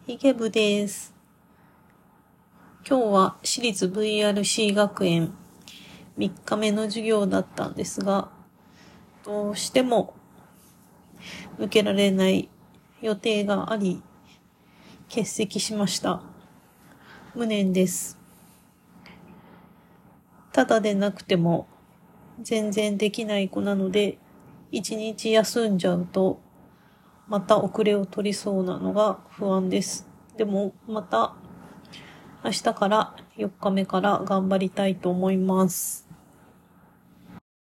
ヒゲ部です。今日は私立 VRC 学園3日目の授業だったんですが、どうしても受けられない予定があり、欠席しました。無念です。ただでなくても全然できない子なので、1日休んじゃうとまた遅れを取りそうなのが不安です。でもまた明日から4日目から頑張りたいと思います。